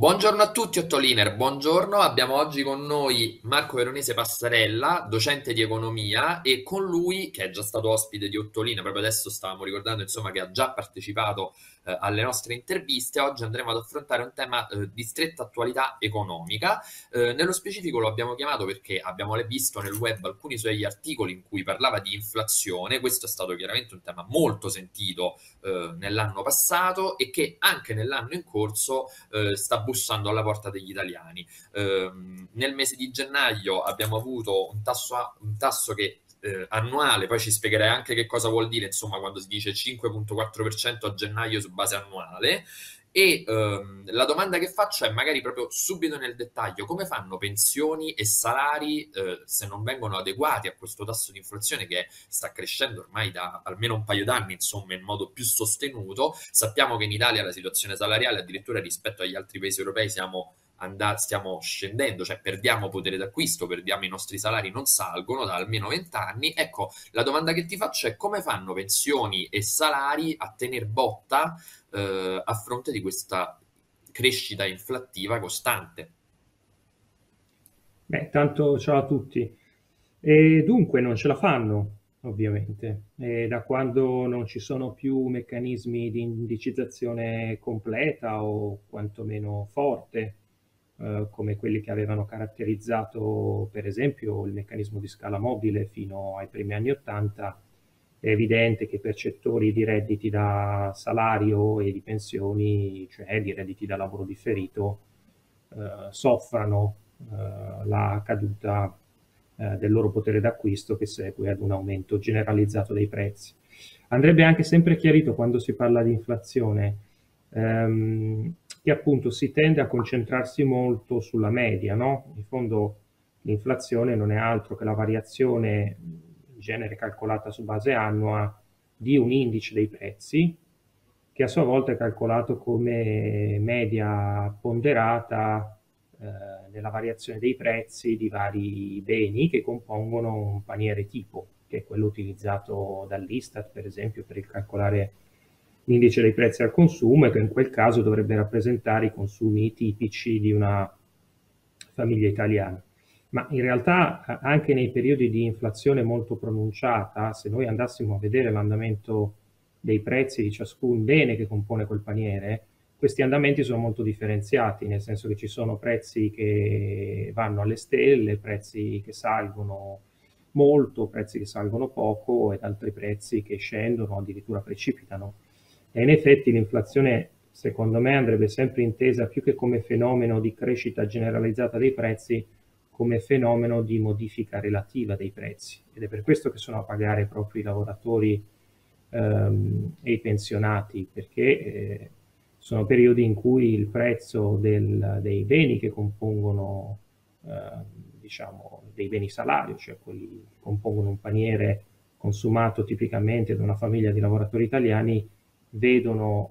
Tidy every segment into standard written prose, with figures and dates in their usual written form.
Buongiorno a tutti, Ottoliner, buongiorno. Abbiamo oggi con noi Marco Veronese Passarella, docente di economia, e con lui, che è già stato ospite di Ottolina, proprio adesso stavamo ricordando, insomma, che ha già partecipato alle nostre interviste. Oggi andremo ad affrontare un tema di stretta attualità economica. Nello specifico lo abbiamo chiamato perché abbiamo visto nel web alcuni suoi articoli in cui parlava di inflazione. Questo è stato chiaramente un tema molto sentito nell'anno passato e che anche nell'anno in corso sta bussando alla porta degli italiani. Nel mese di gennaio abbiamo avuto un tasso che annuale, poi ci spiegherai anche che cosa vuol dire, insomma, quando si dice 5,4% a gennaio su base annuale. E la domanda che faccio è magari proprio subito nel dettaglio: come fanno pensioni e salari se non vengono adeguati a questo tasso di inflazione che sta crescendo ormai da almeno un paio d'anni, insomma, in modo più sostenuto? Sappiamo che in Italia la situazione salariale, addirittura rispetto agli altri paesi europei, stiamo scendendo, cioè perdiamo potere d'acquisto, perdiamo i nostri salari, non salgono da almeno 20 anni. Ecco, la domanda che ti faccio è: come fanno pensioni e salari a tener botta a fronte di questa crescita inflattiva costante? Beh, tanto ciao a tutti. E dunque non ce la fanno, ovviamente. E da quando non ci sono più meccanismi di indicizzazione completa o quantomeno forte, come quelli che avevano caratterizzato, per esempio, il meccanismo di scala mobile fino ai primi anni '80, è evidente che i percettori di redditi da salario e di pensioni, cioè di redditi da lavoro differito, soffrano la caduta del loro potere d'acquisto che segue ad un aumento generalizzato dei prezzi. Andrebbe anche sempre chiarito quando si parla di inflazione che appunto si tende a concentrarsi molto sulla media, no? In fondo l'inflazione non è altro che la variazione, in genere calcolata su base annua, di un indice dei prezzi, che a sua volta è calcolato come media ponderata nella variazione dei prezzi di vari beni che compongono un paniere tipo, che è quello utilizzato dall'Istat, per esempio, per calcolare l'indice dei prezzi al consumo, e che in quel caso dovrebbe rappresentare i consumi tipici di una famiglia italiana. Ma in realtà anche nei periodi di inflazione molto pronunciata, se noi andassimo a vedere l'andamento dei prezzi di ciascun bene che compone quel paniere, questi andamenti sono molto differenziati, nel senso che ci sono prezzi che vanno alle stelle, prezzi che salgono molto, prezzi che salgono poco ed altri prezzi che scendono, addirittura precipitano. E in effetti l'inflazione, secondo me, andrebbe sempre intesa più che come fenomeno di crescita generalizzata dei prezzi, come fenomeno di modifica relativa dei prezzi. Ed è per questo che sono a pagare proprio i lavoratori e i pensionati, perché sono periodi in cui il prezzo dei beni che compongono, diciamo, dei beni salario, cioè quelli che compongono un paniere consumato tipicamente da una famiglia di lavoratori italiani, vedono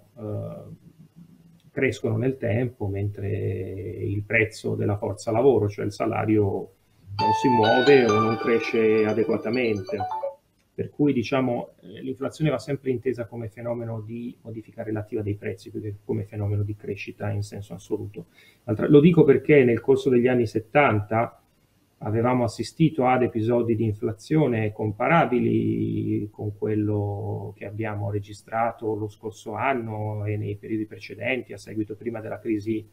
crescono nel tempo, mentre il prezzo della forza lavoro, cioè il salario, non si muove o non cresce adeguatamente. Per cui diciamo l'inflazione va sempre intesa come fenomeno di modifica relativa dei prezzi, più che come fenomeno di crescita in senso assoluto. Lo dico perché nel corso degli anni 70 avevamo assistito ad episodi di inflazione comparabili con quello che abbiamo registrato lo scorso anno e nei periodi precedenti, a seguito prima della crisi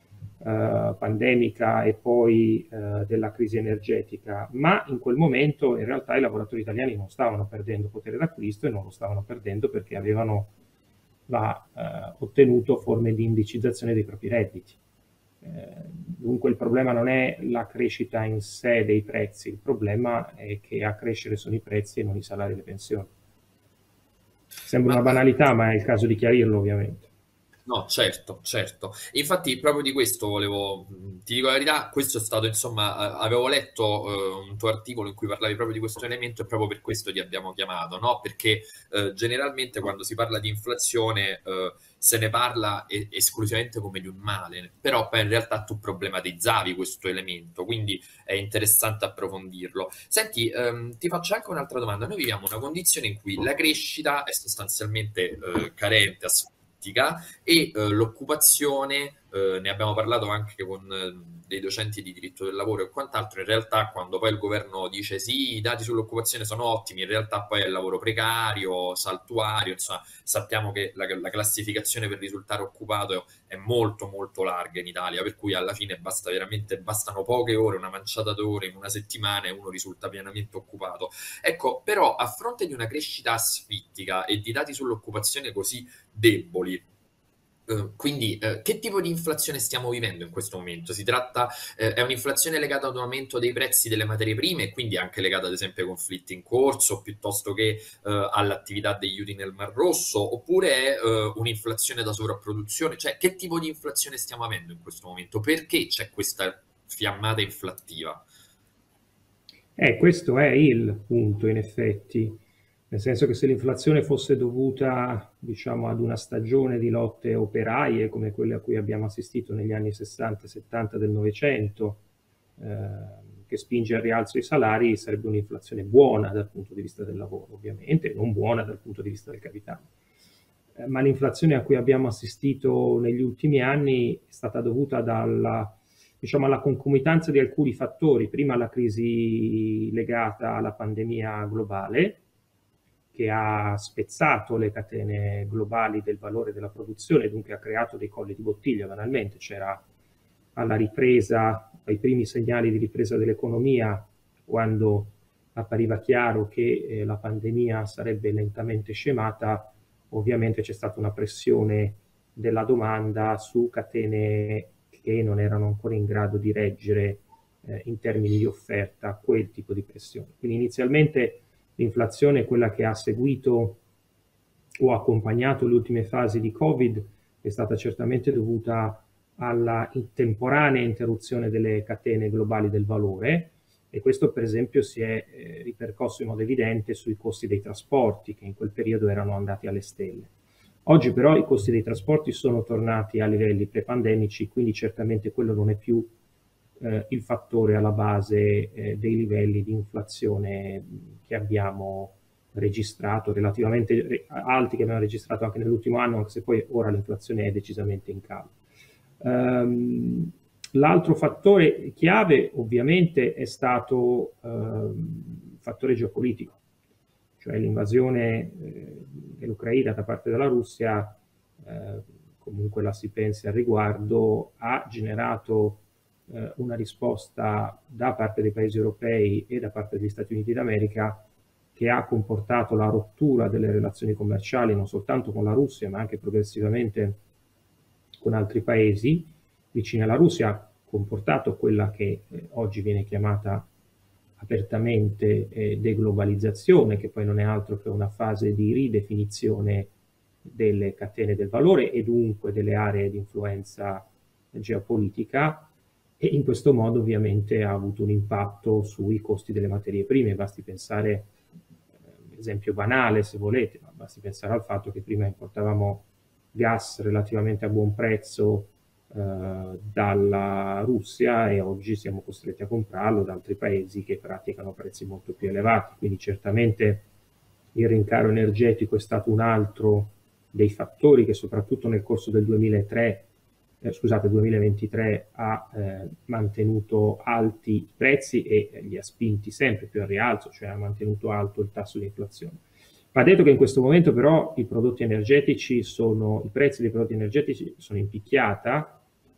pandemica e poi della crisi energetica, ma in quel momento in realtà i lavoratori italiani non stavano perdendo potere d'acquisto, e non lo stavano perdendo perché avevano ottenuto forme di indicizzazione dei propri redditi. Dunque il problema non è la crescita in sé dei prezzi, il problema è che a crescere sono i prezzi e non i salari e le pensioni. Sembra una Ma banalità, ma è il caso di chiarirlo, ovviamente. no, certo, certo. Infatti, proprio di questo volevo, ti dico la verità, questo è stato, insomma, avevo letto un tuo articolo in cui parlavi proprio di questo elemento, e proprio per questo ti abbiamo chiamato, no? Perché generalmente quando si parla di inflazione se ne parla esclusivamente come di un male, però poi in realtà tu problematizzavi questo elemento, quindi è interessante approfondirlo. Senti, ti faccio anche un'altra domanda. Noi viviamo una condizione in cui la crescita è sostanzialmente carente, asfittica, e l'occupazione ne abbiamo parlato anche con dei docenti di diritto del lavoro e quant'altro. In realtà quando poi il governo dice sì, i dati sull'occupazione sono ottimi, in realtà poi è il lavoro precario, saltuario, insomma sappiamo che la classificazione per risultare occupato è molto molto larga in Italia, per cui alla fine bastano poche ore, una manciata d'ore in una settimana e uno risulta pienamente occupato. Ecco, però a fronte di una crescita asfittica e di dati sull'occupazione così deboli, quindi, che tipo di inflazione stiamo vivendo in questo momento? È un'inflazione legata ad un aumento dei prezzi delle materie prime e quindi anche legata ad esempio ai conflitti in corso, piuttosto che all'attività degli utili nel Mar Rosso, oppure è un'inflazione da sovrapproduzione? Cioè, che tipo di inflazione stiamo avendo in questo momento? Perché c'è questa fiammata inflattiva? Questo è il punto, in effetti, nel senso che se l'inflazione fosse dovuta, diciamo, ad una stagione di lotte operaie come quelle a cui abbiamo assistito negli anni 60-70 del Novecento, che spinge al rialzo dei salari, sarebbe un'inflazione buona dal punto di vista del lavoro, ovviamente, non buona dal punto di vista del capitale. Ma l'inflazione a cui abbiamo assistito negli ultimi anni è stata dovuta diciamo, alla concomitanza di alcuni fattori, prima la crisi legata alla pandemia globale, che ha spezzato le catene globali del valore della produzione, dunque ha creato dei colli di bottiglia, banalmente. C'era alla ripresa, ai primi segnali di ripresa dell'economia, quando appariva chiaro che la pandemia sarebbe lentamente scemata, ovviamente c'è stata una pressione della domanda su catene che non erano ancora in grado di reggere in termini di offerta quel tipo di pressione. Quindi inizialmente l'inflazione è quella che ha seguito o accompagnato le ultime fasi di Covid, è stata certamente dovuta alla temporanea interruzione delle catene globali del valore, e questo per esempio si è ripercosso in modo evidente sui costi dei trasporti, che in quel periodo erano andati alle stelle. Oggi però i costi dei trasporti sono tornati a livelli pre-pandemici, quindi certamente quello non è più il fattore alla base dei livelli di inflazione che abbiamo registrato, relativamente alti, che abbiamo registrato anche nell'ultimo anno, anche se poi ora l'inflazione è decisamente in calo. L'altro fattore chiave ovviamente è stato il fattore geopolitico, cioè l'invasione dell'Ucraina da parte della Russia, comunque la si pensi al riguardo, ha generato una risposta da parte dei paesi europei e da parte degli Stati Uniti d'America che ha comportato la rottura delle relazioni commerciali non soltanto con la Russia ma anche progressivamente con altri paesi vicini alla Russia, ha comportato quella che oggi viene chiamata apertamente deglobalizzazione, che poi non è altro che una fase di ridefinizione delle catene del valore e dunque delle aree di influenza geopolitica, e in questo modo ovviamente ha avuto un impatto sui costi delle materie prime. Basti pensare, esempio banale se volete, ma basti pensare al fatto che prima importavamo gas relativamente a buon prezzo dalla Russia e oggi siamo costretti a comprarlo da altri paesi che praticano prezzi molto più elevati. Quindi certamente il rincaro energetico è stato un altro dei fattori che soprattutto nel corso del 2023 ha mantenuto alti i prezzi e li ha spinti sempre più al rialzo, cioè ha mantenuto alto il tasso di inflazione. Va detto che in questo momento però i prezzi dei prodotti energetici sono in picchiata.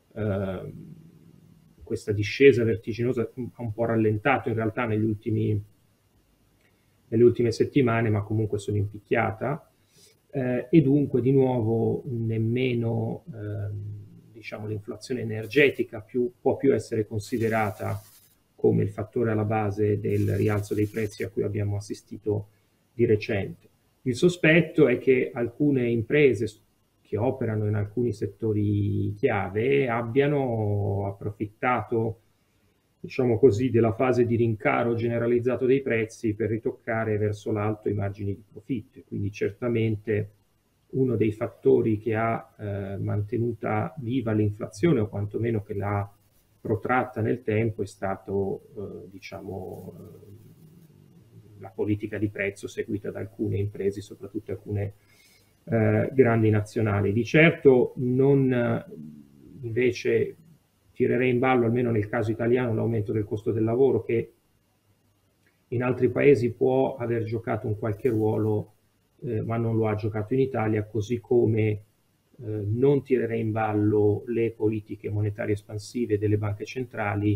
Questa discesa vertiginosa ha un po' rallentato in realtà nelle ultime settimane, ma comunque sono in picchiata, e dunque di nuovo nemmeno diciamo, l'inflazione energetica può più essere considerata come il fattore alla base del rialzo dei prezzi a cui abbiamo assistito di recente. Il sospetto è che alcune imprese che operano in alcuni settori chiave abbiano approfittato, diciamo così, della fase di rincaro generalizzato dei prezzi per ritoccare verso l'alto i margini di profitto. Quindi certamente uno dei fattori che ha mantenuta viva l'inflazione, o quantomeno che l'ha protratta nel tempo, è stato diciamo la politica di prezzo seguita da alcune imprese, soprattutto alcune grandi nazionali. Di certo non invece tirerei in ballo, almeno nel caso italiano, l'aumento del costo del lavoro, che in altri paesi può aver giocato un qualche ruolo, ma non lo ha giocato in Italia, così come non tirerei in ballo le politiche monetarie espansive delle banche centrali,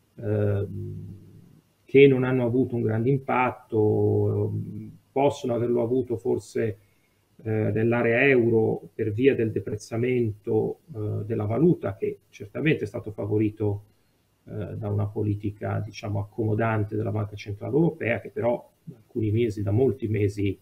che non hanno avuto un grande impatto, possono averlo avuto forse nell'area euro per via del deprezzamento della valuta, che certamente è stato favorito da una politica, diciamo, accomodante della Banca Centrale Europea, che però da alcuni mesi, da molti mesi,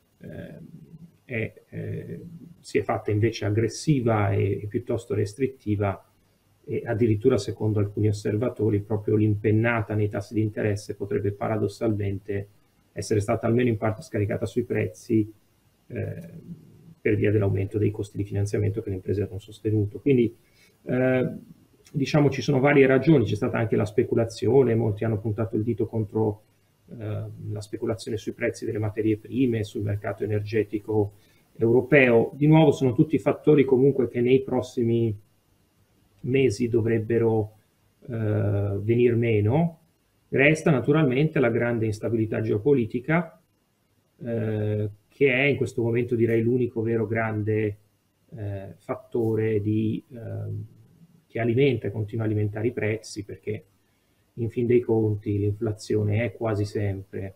si è fatta invece aggressiva e piuttosto restrittiva, e addirittura secondo alcuni osservatori proprio l'impennata nei tassi di interesse potrebbe paradossalmente essere stata almeno in parte scaricata sui prezzi per via dell'aumento dei costi di finanziamento che le imprese hanno sostenuto. Quindi diciamo ci sono varie ragioni, c'è stata anche la speculazione, molti hanno puntato il dito contro la speculazione sui prezzi delle materie prime, sul mercato energetico europeo. Di nuovo sono tutti fattori comunque che nei prossimi mesi dovrebbero venir meno. Resta naturalmente la grande instabilità geopolitica, che è in questo momento direi l'unico vero grande fattore che alimenta e continua a alimentare i prezzi, perché in fin dei conti l'inflazione è quasi sempre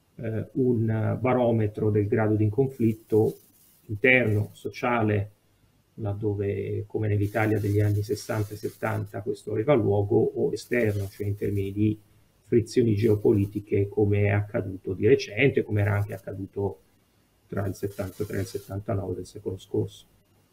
un barometro del grado di conflitto interno, sociale, laddove come nell'Italia degli anni 60 e 70 questo aveva luogo, o esterno, cioè in termini di frizioni geopolitiche, come è accaduto di recente, come era anche accaduto tra il 73 e il 79 del secolo scorso.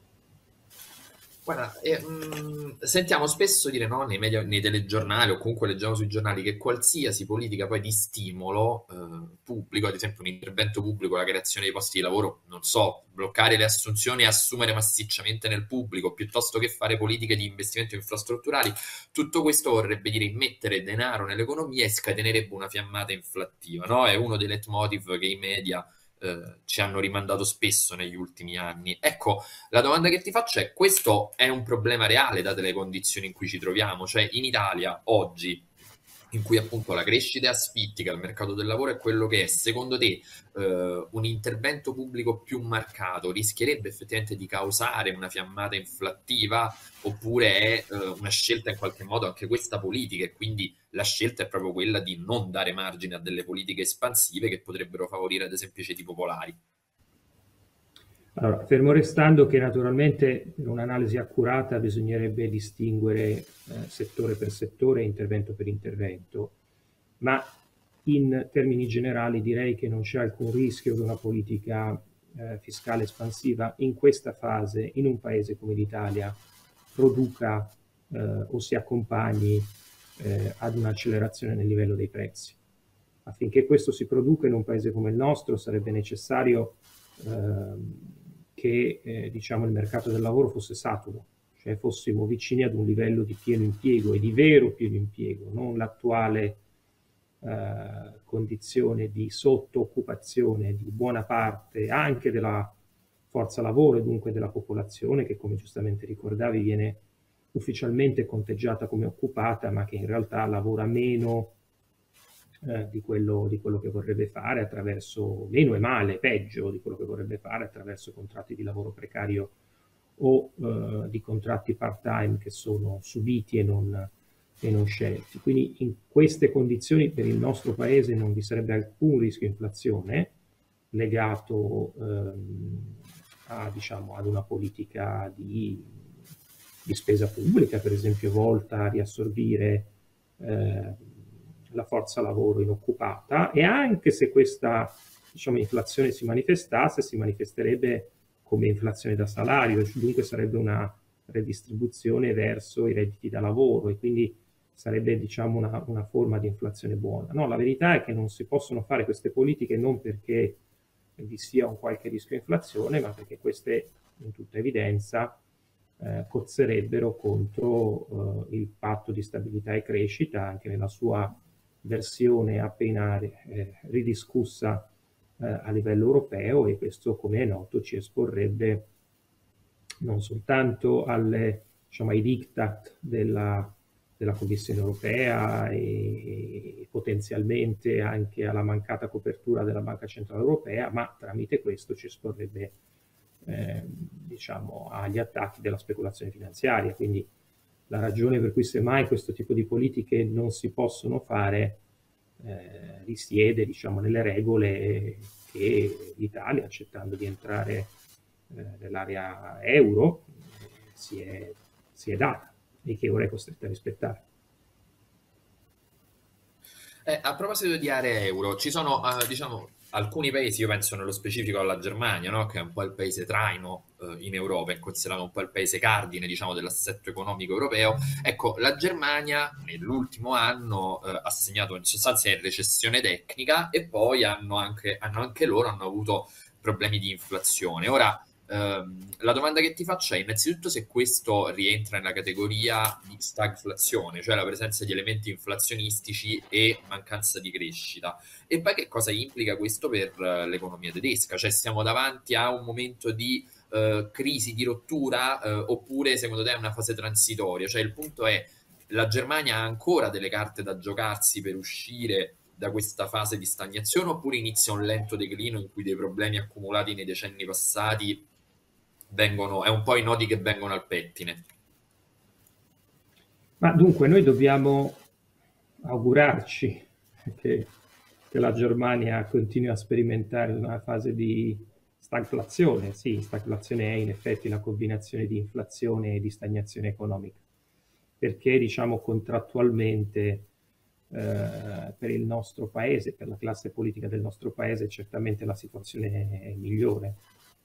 Guarda, sentiamo spesso dire, no, nei telegiornali o comunque leggiamo sui giornali che qualsiasi politica poi di stimolo pubblico, ad esempio un intervento pubblico, la creazione di posti di lavoro, non so, bloccare le assunzioni e assumere massicciamente nel pubblico, piuttosto che fare politiche di investimento infrastrutturali, tutto questo vorrebbe dire immettere denaro nell'economia e scatenerebbe una fiammata inflattiva, no? È uno dei leitmotiv che i media ci hanno rimandato spesso negli ultimi anni. Ecco, la domanda che ti faccio è: questo è un problema reale date le condizioni in cui ci troviamo? Cioè in Italia oggi, in cui appunto la crescita è asfittica, il mercato del lavoro è quello che è, secondo te un intervento pubblico più marcato rischierebbe effettivamente di causare una fiammata inflattiva, oppure è una scelta in qualche modo anche questa politica, e quindi la scelta è proprio quella di non dare margine a delle politiche espansive che potrebbero favorire ad esempio i ceti popolari? Allora, fermo restando che naturalmente per un'analisi accurata bisognerebbe distinguere settore per settore, intervento per intervento, ma in termini generali direi che non c'è alcun rischio che una politica fiscale espansiva in questa fase, in un paese come l'Italia, produca o si accompagni ad un'accelerazione nel livello dei prezzi. Affinché questo si produca in un paese come il nostro sarebbe necessario che diciamo, il mercato del lavoro fosse saturo, cioè fossimo vicini ad un livello di pieno impiego e di vero pieno impiego, non l'attuale condizione di sottooccupazione di buona parte anche della forza lavoro e dunque della popolazione, che come giustamente ricordavi viene ufficialmente conteggiata come occupata, ma che in realtà lavora meno di quello che vorrebbe fare attraverso, meno e male, peggio di quello che vorrebbe fare attraverso contratti di lavoro precario o di contratti part-time che sono subiti e non scelti. Quindi in queste condizioni per il nostro paese non vi sarebbe alcun rischio inflazione legato diciamo, ad una politica di spesa pubblica, per esempio volta a riassorbire la forza lavoro inoccupata, e anche se questa diciamo, inflazione si manifestasse, si manifesterebbe come inflazione da salario, dunque sarebbe una redistribuzione verso i redditi da lavoro e quindi sarebbe diciamo, una forma di inflazione buona. No, la verità è che non si possono fare queste politiche non perché vi sia un qualche rischio inflazione, ma perché queste in tutta evidenza cozzerebbero contro il patto di stabilità e crescita anche nella sua versione appena ridiscussa a livello europeo, e questo come è noto ci esporrebbe non soltanto alle diciamo, ai diktat della Commissione europea e potenzialmente anche alla mancata copertura della Banca Centrale Europea, ma tramite questo ci esporrebbe diciamo, agli attacchi della speculazione finanziaria. Quindi la ragione per cui semmai questo tipo di politiche non si possono fare risiede, diciamo, nelle regole che l'Italia, accettando di entrare nell'area euro, si è data e che ora è costretta a rispettare. A proposito di aree euro, ci sono, diciamo, alcuni paesi, io penso nello specifico alla Germania, no? Che è un po' il paese traino in Europa, è considerato un po' il paese cardine, diciamo, dell'assetto economico europeo. Ecco, la Germania nell'ultimo anno ha segnato in sostanza in recessione tecnica e poi hanno anche loro hanno avuto problemi di inflazione. Ora, la domanda che ti faccio è innanzitutto se questo rientra nella categoria di stagflazione, cioè la presenza di elementi inflazionistici e mancanza di crescita. E poi che cosa implica questo per l'economia tedesca? Cioè stiamo davanti a un momento di crisi, di rottura, oppure secondo te è una fase transitoria? Cioè il punto è, la Germania ha ancora delle carte da giocarsi per uscire da questa fase di stagnazione oppure inizia un lento declino in cui dei problemi accumulati nei decenni passati è un po' i nodi che vengono al pettine? Ma dunque noi dobbiamo augurarci che la Germania continui a sperimentare una fase di stagflazione. Sì, stagflazione è in effetti una combinazione di inflazione e di stagnazione economica, perché diciamo contrattualmente per il nostro paese, per la classe politica del nostro paese, certamente la situazione è migliore.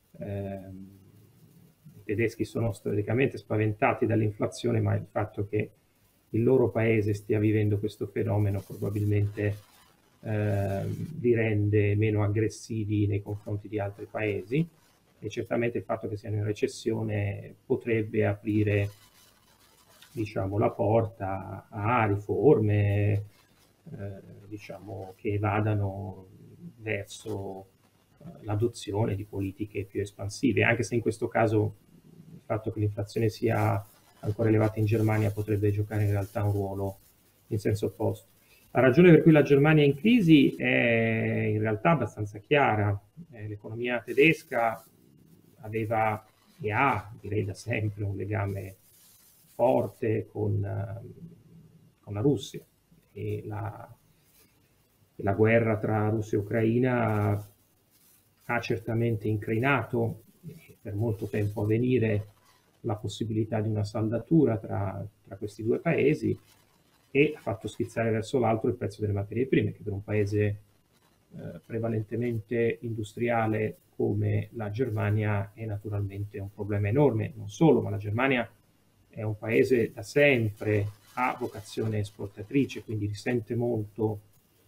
I tedeschi sono storicamente spaventati dall'inflazione, ma il fatto che il loro paese stia vivendo questo fenomeno probabilmente li rende meno aggressivi nei confronti di altri paesi, e certamente il fatto che siano in recessione potrebbe aprire, diciamo, la porta a riforme diciamo, che vadano verso l'adozione di politiche più espansive, anche se in questo caso il fatto che l'inflazione sia ancora elevata in Germania potrebbe giocare in realtà un ruolo in senso opposto. La ragione per cui la Germania è in crisi è in realtà abbastanza chiara. L'economia tedesca aveva e ha, direi da sempre, un legame forte con la Russia, e la guerra tra Russia e Ucraina ha certamente incrinato per molto tempo a venire la possibilità di una saldatura tra questi due paesi e ha fatto schizzare verso l'alto il prezzo delle materie prime, che per un paese prevalentemente industriale come la Germania è naturalmente un problema enorme. Non solo, ma la Germania è un paese da sempre a vocazione esportatrice, quindi risente molto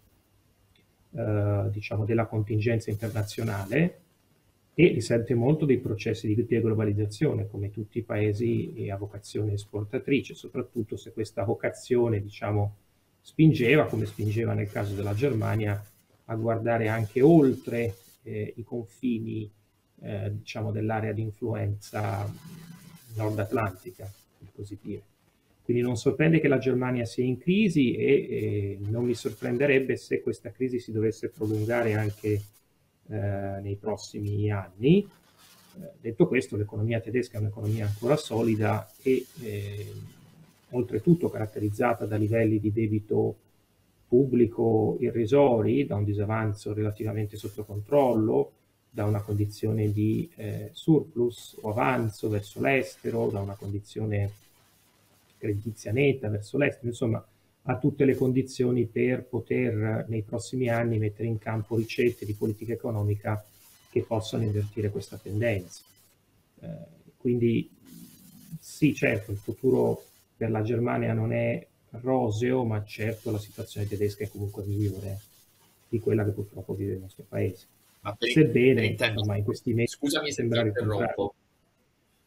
diciamo, della contingenza internazionale e risente molto dei processi di deglobalizzazione, come tutti i paesi a vocazione esportatrice, soprattutto se questa vocazione, diciamo, spingeva, come spingeva nel caso della Germania, a guardare anche oltre i confini diciamo, dell'area di influenza nord-atlantica, per così dire. Quindi non sorprende che la Germania sia in crisi e non mi sorprenderebbe se questa crisi si dovesse prolungare anche nei prossimi anni. Detto questo, l'economia tedesca è un'economia ancora solida e oltretutto caratterizzata da livelli di debito pubblico irrisori, da un disavanzo relativamente sotto controllo, da una condizione di surplus o avanzo verso l'estero, da una condizione creditizia netta verso l'estero, insomma ha tutte le condizioni per poter nei prossimi anni mettere in campo ricette di politica economica che possano invertire questa tendenza. Quindi sì, certo, il futuro per la Germania non è roseo, ma certo la situazione tedesca è comunque migliore di quella che purtroppo vive il nostro paese. Ma per Sebbene, intenderci, insomma, in questi mesi scusami se ti sembra il contrario. interrompo.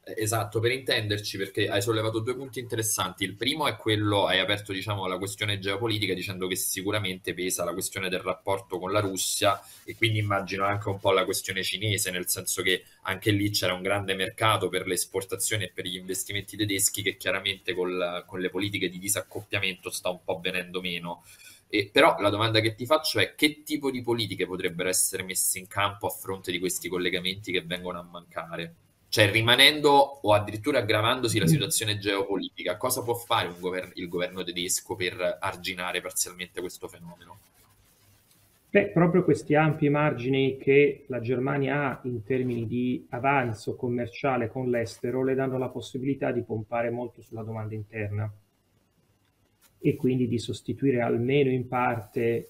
Esatto, per intenderci, perché hai sollevato due punti interessanti. Il primo è quello, hai aperto, diciamo, la questione geopolitica dicendo che sicuramente pesa la questione del rapporto con la Russia e quindi immagino anche un po' la questione cinese, nel senso che anche lì c'era un grande mercato per le esportazioni e per gli investimenti tedeschi che chiaramente con le politiche di disaccoppiamento sta un po' venendo meno. Però la domanda che ti faccio è che tipo di politiche potrebbero essere messe in campo a fronte di questi collegamenti che vengono a mancare? Cioè, rimanendo o addirittura aggravandosi la situazione geopolitica, cosa può fare il governo tedesco per arginare parzialmente questo fenomeno? Beh, proprio questi ampi margini che la Germania ha in termini di avanzo commerciale con l'estero le danno la possibilità di pompare molto sulla domanda interna e quindi di sostituire almeno in parte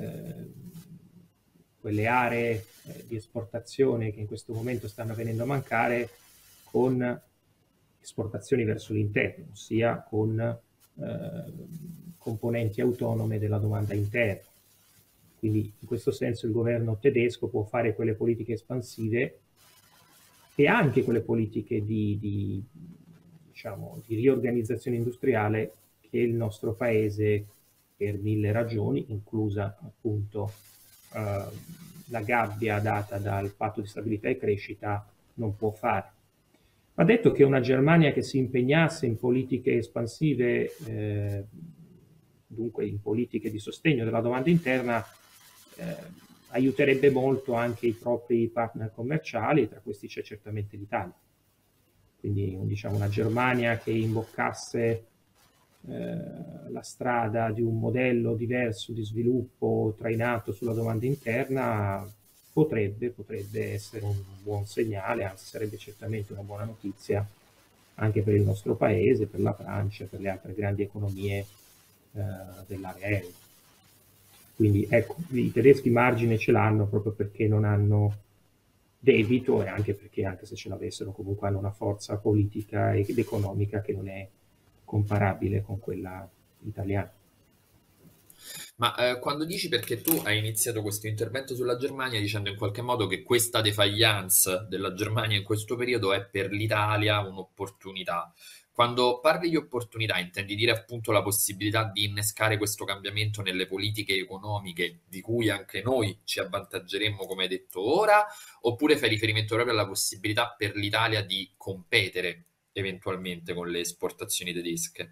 quelle aree di esportazione che in questo momento stanno venendo a mancare con esportazioni verso l'interno, ossia con componenti autonome della domanda interna. Quindi in questo senso il governo tedesco può fare quelle politiche espansive e anche quelle politiche diciamo, di riorganizzazione industriale che il nostro paese, per mille ragioni, inclusa appunto la gabbia data dal patto di stabilità e crescita, non può fare. Va detto che una Germania che si impegnasse in politiche espansive, dunque in politiche di sostegno della domanda interna, aiuterebbe molto anche i propri partner commerciali, tra questi c'è certamente l'Italia. Quindi diciamo una Germania che imboccasse la strada di un modello diverso di sviluppo trainato sulla domanda interna potrebbe essere un buon segnale, anzi sarebbe certamente una buona notizia anche per il nostro paese, per la Francia, per le altre grandi economie dell'area euro. Quindi ecco, i tedeschi margine ce l'hanno proprio perché non hanno debito e anche perché anche se ce l'avessero comunque hanno una forza politica ed economica che non è comparabile con quella italiana. Ma quando dici perché tu hai iniziato questo intervento sulla Germania dicendo in qualche modo che questa defiance della Germania in questo periodo è per l'Italia un'opportunità. Quando parli di opportunità, intendi dire appunto la possibilità di innescare questo cambiamento nelle politiche economiche di cui anche noi ci avvantaggeremmo, come hai detto ora, oppure fai riferimento proprio alla possibilità per l'Italia di competere eventualmente con le esportazioni tedesche?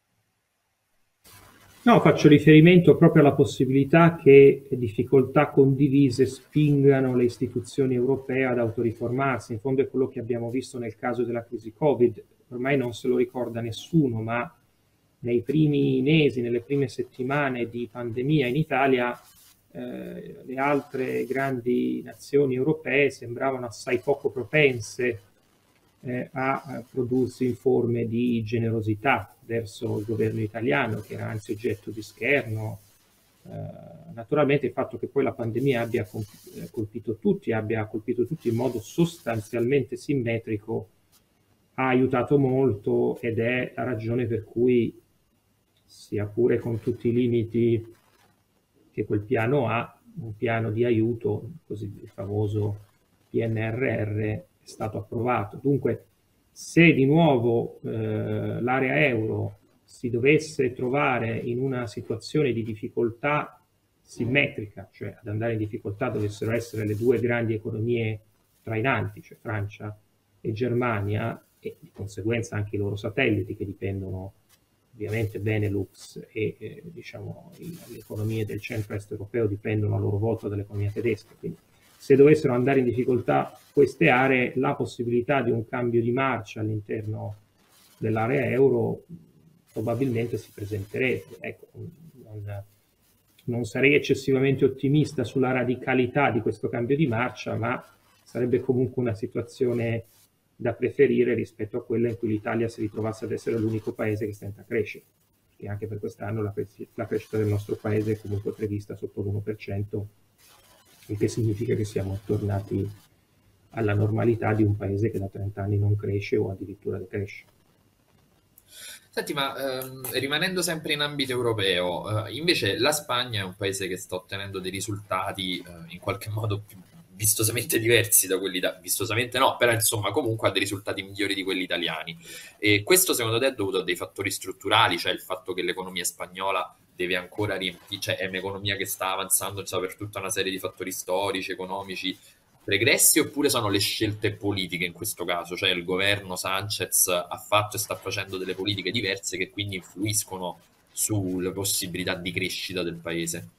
No, faccio riferimento proprio alla possibilità che difficoltà condivise spingano le istituzioni europee ad autoriformarsi. In fondo è quello che abbiamo visto nel caso della crisi Covid. Ormai non se lo ricorda nessuno, ma nei primi mesi, nelle prime settimane di pandemia in Italia, le altre grandi nazioni europee sembravano assai poco propense a prodursi in forme di generosità verso il governo italiano, che era anzi oggetto di scherno. Naturalmente il fatto che poi la pandemia abbia colpito tutti in modo sostanzialmente simmetrico, ha aiutato molto ed è la ragione per cui, sia pure con tutti i limiti che quel piano ha, un piano di aiuto, così il famoso PNRR, è stato approvato. Dunque, se di nuovo l'area euro si dovesse trovare in una situazione di difficoltà simmetrica, cioè ad andare in difficoltà dovessero essere le due grandi economie trainanti, cioè Francia e Germania, e di conseguenza anche i loro satelliti che dipendono ovviamente Benelux e diciamo, le economie del centro-est europeo dipendono a loro volta dall'economia tedesca. Quindi se dovessero andare in difficoltà queste aree, la possibilità di un cambio di marcia all'interno dell'area euro probabilmente si presenterebbe. Ecco, non sarei eccessivamente ottimista sulla radicalità di questo cambio di marcia, ma sarebbe comunque una situazione da preferire rispetto a quella in cui l'Italia si ritrovasse ad essere l'unico paese che stenta a crescere, perché anche per quest'anno la crescita del nostro paese è comunque prevista sotto l'1%, il che significa che siamo tornati alla normalità di un paese che da 30 anni non cresce o addirittura decresce. Senti, ma rimanendo sempre in ambito europeo, invece la Spagna è un paese che sta ottenendo dei risultati in qualche modo più vistosamente diversi da quelli vistosamente no, però insomma comunque ha dei risultati migliori di quelli italiani. E questo secondo te è dovuto a dei fattori strutturali, cioè il fatto che l'economia spagnola deve ancora riempire, cioè è un'economia che sta avanzando, insomma, per tutta una serie di fattori storici, economici pregressi, oppure sono le scelte politiche in questo caso, cioè il governo Sanchez ha fatto e sta facendo delle politiche diverse che quindi influiscono sulle possibilità di crescita del paese?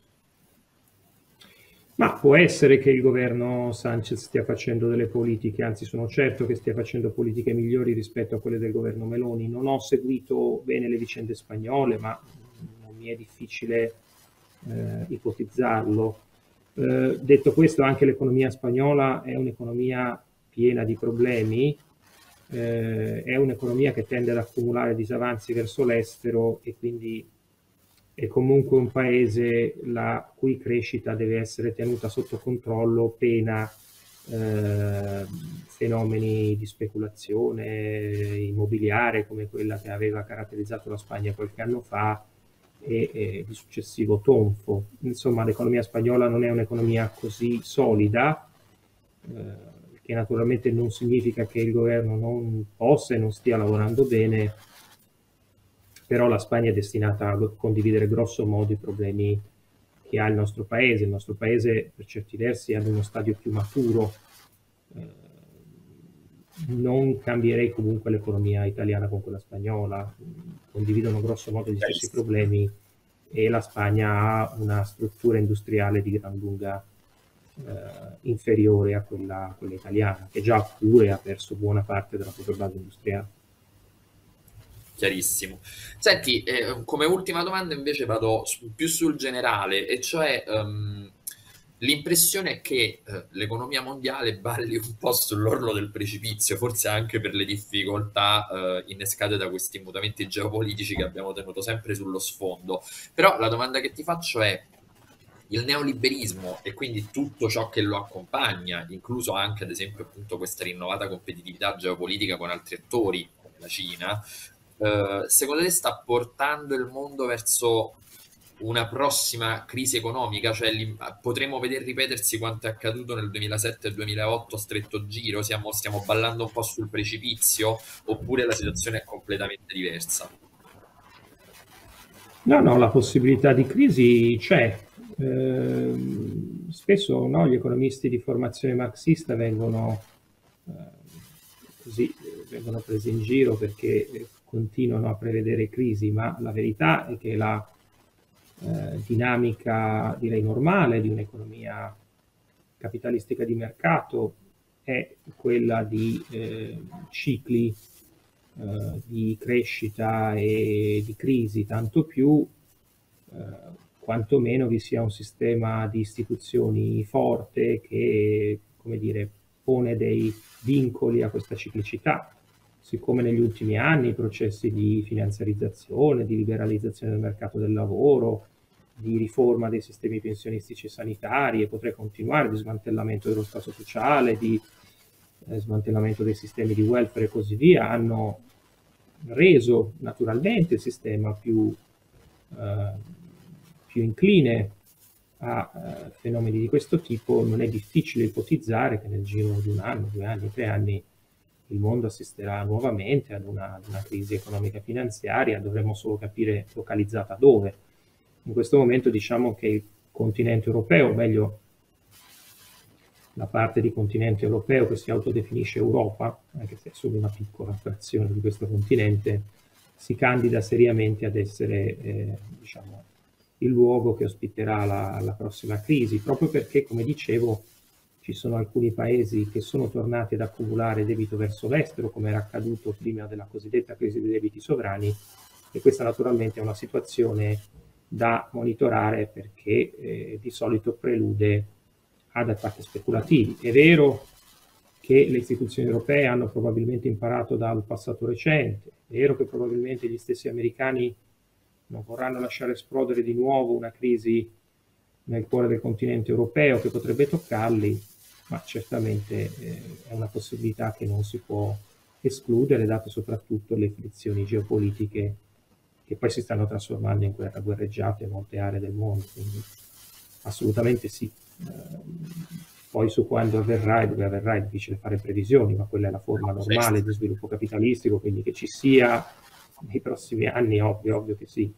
Ma può essere che il governo Sanchez stia facendo delle politiche, anzi sono certo che stia facendo politiche migliori rispetto a quelle del governo Meloni. Non ho seguito bene le vicende spagnole, ma non mi è difficile ipotizzarlo. Detto questo, anche l'economia spagnola è un'economia piena di problemi, è un'economia che tende ad accumulare disavanzi verso l'estero e quindi è comunque un paese la cui crescita deve essere tenuta sotto controllo pena fenomeni di speculazione immobiliare come quella che aveva caratterizzato la Spagna qualche anno fa e di successivo tonfo. Insomma, l'economia spagnola non è un'economia così solida, che naturalmente non significa che il governo non possa e non stia lavorando bene, però la Spagna è destinata a condividere grosso modo i problemi che ha il nostro paese. Il nostro paese per certi versi è ad uno stadio più maturo. Non cambierei comunque l'economia italiana con quella spagnola, condividono grosso modo gli stessi problemi e la Spagna ha una struttura industriale di gran lunga inferiore a quella italiana, che già pure ha perso buona parte della propria base industriale. Chiarissimo. Senti, come ultima domanda invece vado più sul generale, e cioè l'impressione è che l'economia mondiale balli un po' sull'orlo del precipizio, forse anche per le difficoltà innescate da questi mutamenti geopolitici che abbiamo tenuto sempre sullo sfondo. Però la domanda che ti faccio è: il neoliberismo e quindi tutto ciò che lo accompagna, incluso anche ad esempio appunto questa rinnovata competitività geopolitica con altri attori come la Cina, secondo te sta portando il mondo verso una prossima crisi economica? Cioè potremmo vedere ripetersi quanto è accaduto nel 2007 e 2008 a stretto giro? Stiamo ballando un po' sul precipizio, oppure la situazione è completamente diversa? No, la possibilità di crisi c'è. Spesso no, gli economisti di formazione marxista vengono vengono presi in giro perché continuano a prevedere crisi, ma la verità è che la dinamica, direi, normale di un'economia capitalistica di mercato è quella di cicli di crescita e di crisi, tanto più quantomeno vi sia un sistema di istituzioni forte che, come dire, pone dei vincoli a questa ciclicità. Siccome negli ultimi anni i processi di finanziarizzazione, di liberalizzazione del mercato del lavoro, di riforma dei sistemi pensionistici e sanitari, e potrei continuare, di smantellamento dello Stato sociale, di smantellamento dei sistemi di welfare e così via, hanno reso naturalmente il sistema più incline a fenomeni di questo tipo. Non è difficile ipotizzare che nel giro di un anno, 2 anni, 3 anni il mondo assisterà nuovamente ad una crisi economica finanziaria, dovremmo solo capire localizzata dove. In questo momento diciamo che il continente europeo, o meglio la parte di continente europeo che si autodefinisce Europa, anche se è solo una piccola frazione di questo continente, si candida seriamente ad essere diciamo, il luogo che ospiterà la prossima crisi, proprio perché, come dicevo, ci sono alcuni paesi che sono tornati ad accumulare debito verso l'estero, come era accaduto prima della cosiddetta crisi dei debiti sovrani, e questa naturalmente è una situazione da monitorare perché di solito prelude ad attacchi speculativi. È vero che le istituzioni europee hanno probabilmente imparato dal passato recente, è vero che probabilmente gli stessi americani non vorranno lasciare esplodere di nuovo una crisi nel cuore del continente europeo che potrebbe toccarli, ma certamente è una possibilità che non si può escludere, date soprattutto le frizioni geopolitiche che poi si stanno trasformando in guerreggiate in molte aree del mondo. Quindi assolutamente sì. Poi su quando avverrà e dove avverrà è difficile fare previsioni, ma quella è la forma normale di sviluppo capitalistico, quindi che ci sia nei prossimi anni, ovvio che sì.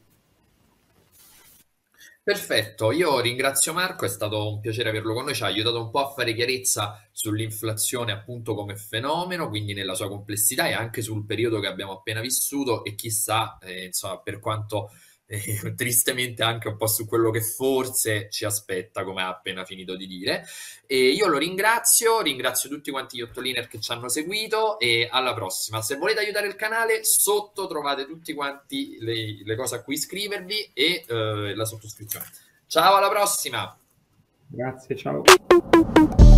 Perfetto, io ringrazio Marco, è stato un piacere averlo con noi, ci ha aiutato un po' a fare chiarezza sull'inflazione appunto come fenomeno, quindi nella sua complessità e anche sul periodo che abbiamo appena vissuto e chissà, insomma, per quanto tristemente anche un po' su quello che forse ci aspetta, come ha appena finito di dire. E io lo ringrazio tutti quanti gli Ottoliner che ci hanno seguito e alla prossima. Se volete aiutare il canale, sotto trovate tutti quanti le cose a cui iscrivervi e la sottoscrizione. Ciao, alla prossima! Grazie, ciao.